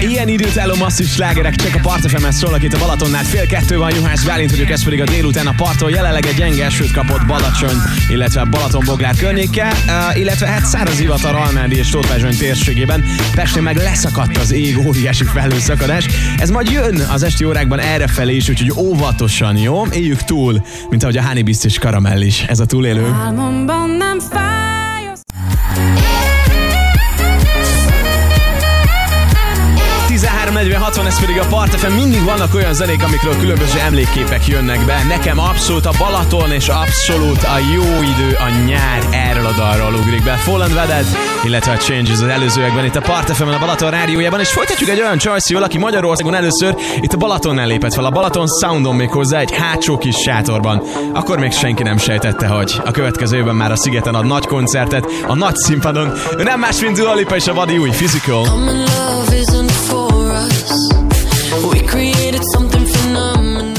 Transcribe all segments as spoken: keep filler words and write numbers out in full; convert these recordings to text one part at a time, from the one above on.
Ilyen időtálló masszív slágerek csak a Part ef emen szólnak itt a Balatonnál. Fél kettő van, Juhász Bálint vagyok, ez pedig a délután a parton. Jelenleg egy gyenge esőt kapott Balacsony, illetve Balatonboglár környéke, uh, illetve hát Szárazivatar, Almádi és Tóth-Pázmány térségében. Pesten meg leszakadt az ég, óriási felhőszakadás. Ez majd jön az esti órákban errefelé is, úgyhogy óvatosan, jó? Éljük túl, mint ahogy a Honey Beast és Karamell is. Ez a túlélő. Álmomban nem fáj. tizenhárom negyvenhat, ez pedig a Part ef em. Mindig vannak olyan zenék, amikről különböző emlékképek jönnek be. Nekem abszolút a Balaton és abszolút a jó idő, a nyár erről a dalról ugrik be. Fallen Weathered, illetve a Changes az előzőekben itt a Part ef emen, a Balaton rádiójában, és folytatjuk egy olyan choice-jól, aki Magyarországon először itt a Balatonnál lépett fel, a Balaton Soundon, méghozzá egy hátsó kis sátorban. Akkor még senki nem sejtette, hogy a következő évben már a Szigeten ad nagy koncertet, a nagy színpadon. Ő nem más, mint Dua Lipa és a Vadi új Physical. We created something phenomenal.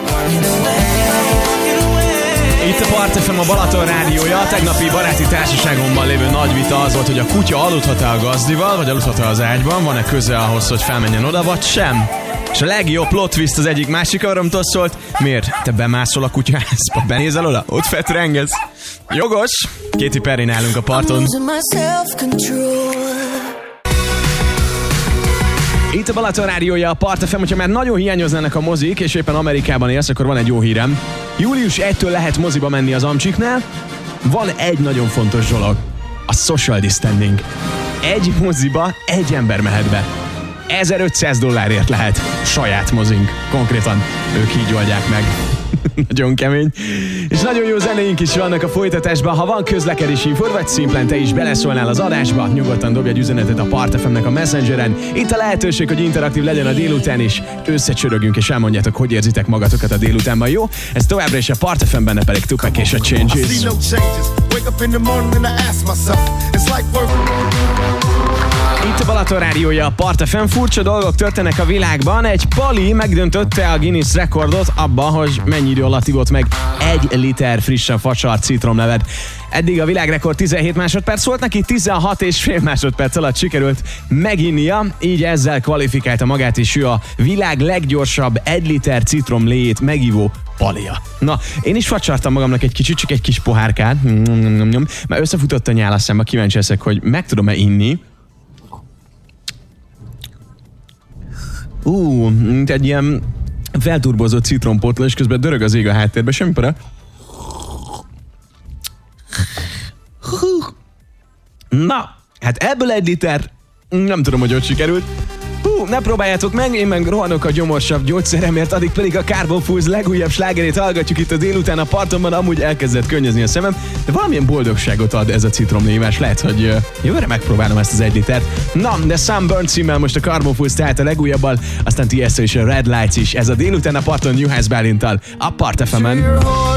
Itt a Part ef em, a Balaton rádiója. A tegnapi baráti társaságomban lévő nagy vita az volt, hogy a kutya aludhat-e a gazdival, vagy aludhat-e az ágyban, van-e köze ahhoz, hogy felmenjen oda, vagy sem. És a legjobb plot twist az egyik másik aromtól szólt: miért? Te bemászol a kutyaházba, benézel oda? Ott fetrengesz? Jogos! Katy Perry nálunk a parton. Itt a Balaton rádiója, a Part ef em, hogyha már nagyon hiányoznának a mozik, és éppen Amerikában élsz, akkor van egy jó hírem. július elsejétől lehet moziba menni az Amcsiknál. Van egy nagyon fontos dolog. A social distancing. Egy moziba egy ember mehet be. ezerötszáz dollárért lehet saját mozink. Konkrétan ők így oldják meg. Nagyon kemény. És nagyon jó zenéink is vannak a folytatásban. Ha van közlekedési infód, vagy szimplán te is beleszólnál az adásba, nyugodtan dobj egy üzenetet a Part ef emnek a Messengeren. Itt a lehetőség, hogy interaktív legyen a délután, és összecsörögünk, és elmondjátok, hogy érzitek magatokat a délutánban, jó? Ez továbbra is a Part ef em, benne pedig Tupac és a Changes. Itt a Balaton rádiója, a Part ef em. Furcsa dolgok történnek a világban. Egy pali megdöntötte a Guinness rekordot abban, hogy mennyi idő alatt ivott meg egy liter frissen facsart citromlevet. Eddig a világrekord tizenhét másodperc volt, neki tizenhat és fél másodperc alatt sikerült meginnia, így ezzel kvalifikálta magát, és ő a világ leggyorsabb egy liter citromléjét megivó palia. Na, én is facsartam magamnak egy kicsit, csak egy kis pohárkát, mert összefutott a nyál, aztán kíváncsi leszek, hogy meg tudom-e inni. Ú, mint egy ilyen felturbozott citrompótló, és közben dörög az ég a háttérben, semmi para. Na, hát ebből egy liter, nem tudom, hogy ott sikerült. Hú, ne próbáljátok meg, én meg rohanok a gyomorsabb gyógyszeremért, addig pedig a Carbon Fools legújabb slágerét hallgatjuk itt a délután a partonban, amúgy elkezdett könnyezni a szemem, de valamilyen boldogságot ad ez a citromlévás, lehet, hogy uh, jövőre megpróbálom ezt az egy litert. Na, de Sunburn címmel most a Carbon Fools, tehát a legújabbal, aztán Tiesto és a Red Lights is, ez a délután a parton Juhász Bálinttal, a Part ef emen.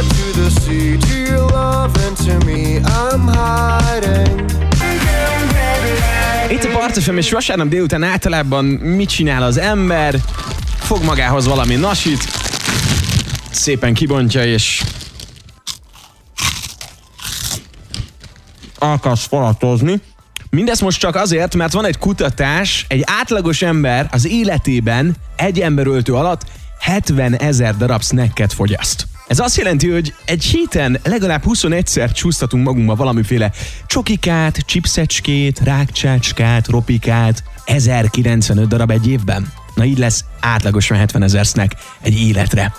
Itt a Part ef em, és vasárnap délután általában mit csinál az ember? Fog magához valami nasit, szépen kibontja, és elkezd falatozni. Mindez most csak azért, mert van egy kutatás, egy átlagos ember az életében egy emberöltő alatt hetvenezer darab snacket fogyaszt. Ez azt jelenti, hogy egy héten legalább huszonegyszer csúsztatunk magunkba valamiféle csokikát, chipszecskét, rákcsácskát, ropikát, ezerkilencvenöt darab egy évben. Na így lesz átlagosan hetvenezer snack egy életre.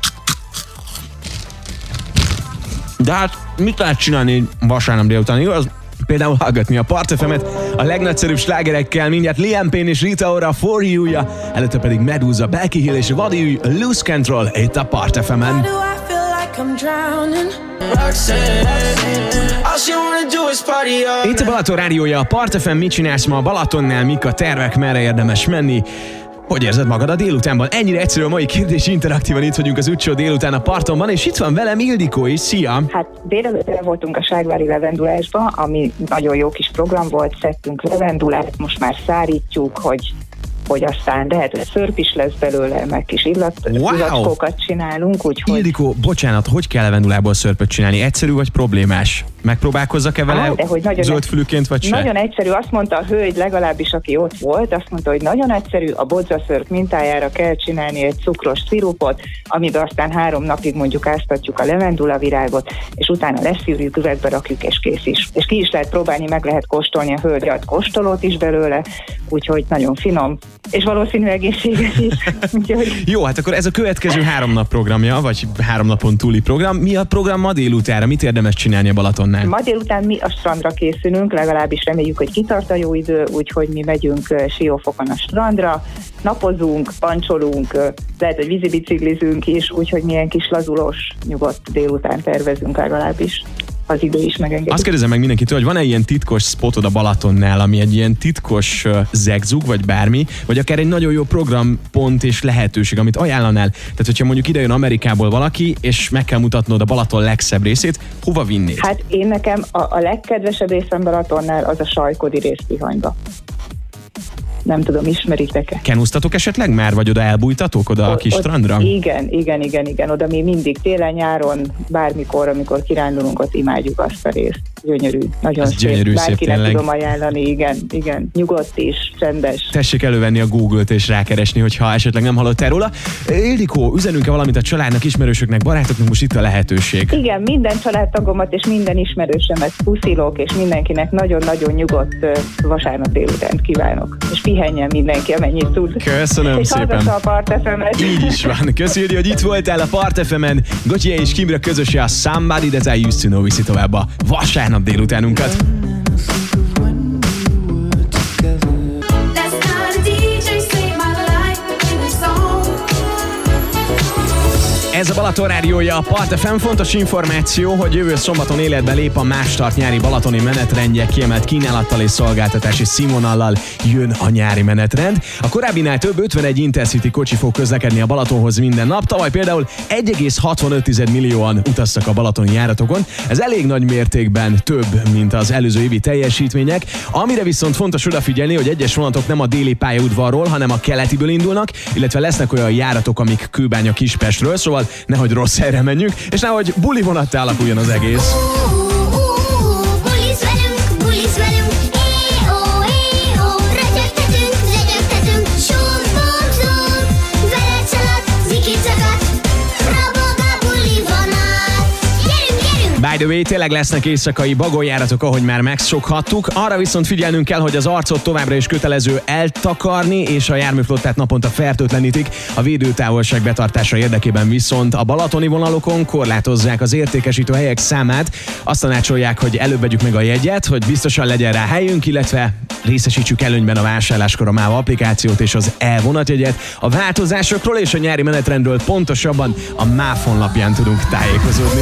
De hát mit lehet csinálni vasárnap délután, igaz? Például hallgatni a Part ef emet a legnagyszerűbb slágerekkel, mindjárt Liam Payne és Rita Ora For You-ja, előtte pedig Medusa, Becky Hill és Vadi Lose Control itt a Part ef emen. Itt a Balaton rádiója, a Part ef em, mit csinálsz ma a Balatonnál, mik a tervek, merre érdemes menni? Hogy érzed magad a délutánban? Ennyire egyszerű a mai kérdés, interaktívan itt vagyunk az Ucsó délután a partonban, és itt van velem Ildikó is, szia! Hát délelőtre voltunk a Ságvári levendulásba, ami nagyon jó kis program volt, szedtünk levendulát, most már szárítjuk, hogy, hogy aztán lehet, hogy szörp is lesz belőle, meg kis illat, wow. illatkokat csinálunk, úgyhogy... Ildikó, bocsánat, hogy kell levendulából szörpöt csinálni? Egyszerű vagy problémás? Megpróbálkozzak-e vele Á, zöldfülűként, vagy se? Nagyon egyszerű, azt mondta a hölgy, legalábbis aki ott volt, azt mondta, hogy nagyon egyszerű, a bodzaszörp mintájára kell csinálni egy cukros szirupot, amiben aztán három napig mondjuk áztatjuk a levendulavirágot, és utána leszűrjük, üvegbe rakjuk, és kész is. És ki is lehet próbálni, meg lehet kóstolni, a hölgy ad kóstolót is belőle, úgyhogy nagyon finom, és valószínű egészséges is. Úgyhogy... Jó, hát akkor ez a következő három nap programja, vagy három napon túli program. Mi a program ma délutánra? Mit érdemes csinálni a Balatonnál? Ma délután mi a strandra készülünk, legalábbis reméljük, hogy kitart a jó idő, úgyhogy mi megyünk Siófokon a strandra, napozunk, pancsolunk, lehet, hogy vízibiciklizünk is, úgyhogy milyen kis lazulós, nyugodt délután tervezünk legalábbis. Az idő is megengedi. Azt kérdezem meg mindenkitől, hogy van-e ilyen titkos spotod a Balatonnál, ami egy ilyen titkos uh, zegzug, vagy bármi, vagy akár egy nagyon jó programpont és lehetőség, amit ajánlanál. Tehát, hogyha mondjuk idejön Amerikából valaki, és meg kell mutatnod a Balaton legszebb részét, hova vinnéd? Hát én nekem a, a legkedvesebb részem Balatonnál az a Sajkodi rész Tihanyba. Nem tudom, ismeritek-e? Kenúztatok esetleg már, vagy oda elbújtatok oda o, a kis ott, strandra? Igen, igen, igen, igen. Oda mi mindig télen, nyáron, bármikor, amikor kirándulunk, ott imádjuk azt a részt. Gyönyörű, nagyon ez szép. Gyönyörű, Bárkinek szép, tudom ajánlani, igen, igen. Nyugodt is, csendes. Tessék elővenni a Google-t és rákeresni, hogyha esetleg nem hallottál róla. Ildikó, üzenünk-e valamit a családnak, ismerősöknek, barátoknak, most itt a lehetőség? Igen, minden családtagomat és minden ismerősemet puszilok, és mindenkinek nagyon-nagyon nyugodt vasárnap délutánt kívánok. És pihenjen mindenki, amennyit tud. Köszönöm és szépen. És a Part ef emet. Így is van. Köszönjük, hogy itt voltál a Part ef emen. Gotye és Kimra közöse a Somebody That I Used To Know viszi tovább a vasárnap délutánunkat. Ez a Balaton rádiója, a Part ef em. Fontos információ, hogy jövő szombaton életbe lép a Mástart nyári balatoni menetrendje, kiemelt kínálattal és szolgáltatási színvonallal jön a nyári menetrend. A korábbinál több ötvenegy Intercity kocsi fog közlekedni a Balatonhoz minden nap. Tavaly például egy egész hatvanöt millióan utaztak a balatoni járatokon. Ez elég nagy mértékben több, mint az előző évi teljesítmények. Amire viszont fontos odafigyelni, hogy egyes vonatok nem a déli pályaudvarról, hanem a keletiből indulnak, illetve lesznek olyan járatok, amik Kőbánya Kispestről, szóval nehogy rossz helyre menjünk, és nehogy buli vonattá alakuljon az egész. By the way, tényleg lesznek éjszakai bagolyjáratok, ahogy már megszokhattuk. Arra viszont figyelnünk kell, hogy az arcot továbbra is kötelező eltakarni, és a járműflottát naponta fertőtlenítik. A védőtávolság betartása érdekében viszont a balatoni vonalokon korlátozzák az értékesítő helyek számát. Azt tanácsolják, hogy előbb vegyük meg a jegyet, hogy biztosan legyen rá helyünk, illetve részesítsük előnyben a vásárláskor a MÁV applikációt és az e-vonatjegyet. A változásokról és a nyári menetrendről pontosabban a MÁV honlapján tudunk tájékozódni.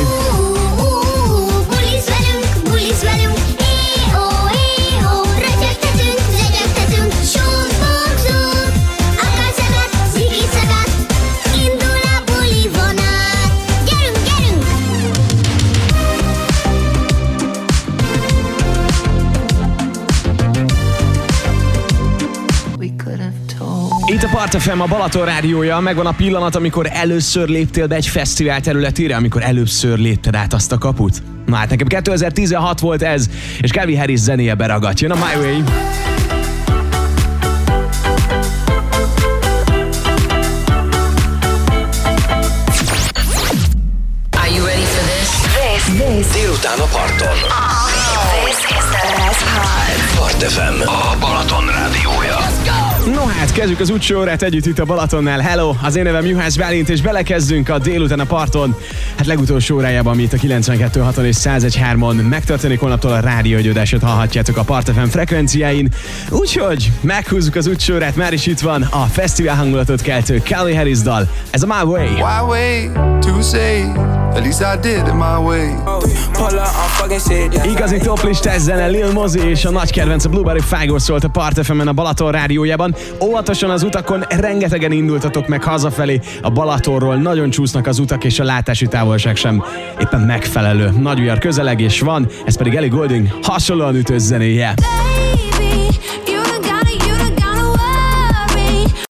Itt a Part ef em, a Balaton rádiója, megvan a pillanat, amikor először léptél be egy fesztivál területére, amikor először lépted át azt a kaput. Na hát nekem kétezer-tizenhat volt ez, és Calvin Harris zenéje beragadt. Jön a My Way. Are you ready for this? This, this. Délután a parton. Oh, this is the best part. Part ef em, a Balaton rádiója. No hát, kezdjük az útsó órát együtt itt a Balatonnál. Hello, az én nevem Juhász Bálint, és belekezdünk a Délután a parton. Hát legutolsó órájában, ami itt a kilencvenkettő haton és száz egy hármon megtörténik, holnaptól a rádiógyódását hallhatjátok a Part ef em frekvenciáin. Úgyhogy meghúzzuk az útsó órát, már is itt van a fesztivál hangulatot keltő Calvin Harris dal. Ez a My Way. Why wait to say? At least I did it my way. Igazi toplistás zene, Lil Mosey és a nagy kedvenc a Blueberry Fágor szólt a Part ef emen a Balaton rádiójában. Óvatosan az utakon, rengetegen indultatok meg hazafelé a Balatonról, nagyon csúsznak az utak és a látási távolság sem éppen megfelelő. Nagyujjar közelegés van, ez pedig Ellie Goulding hasonlóan ütős zenéje. Baby,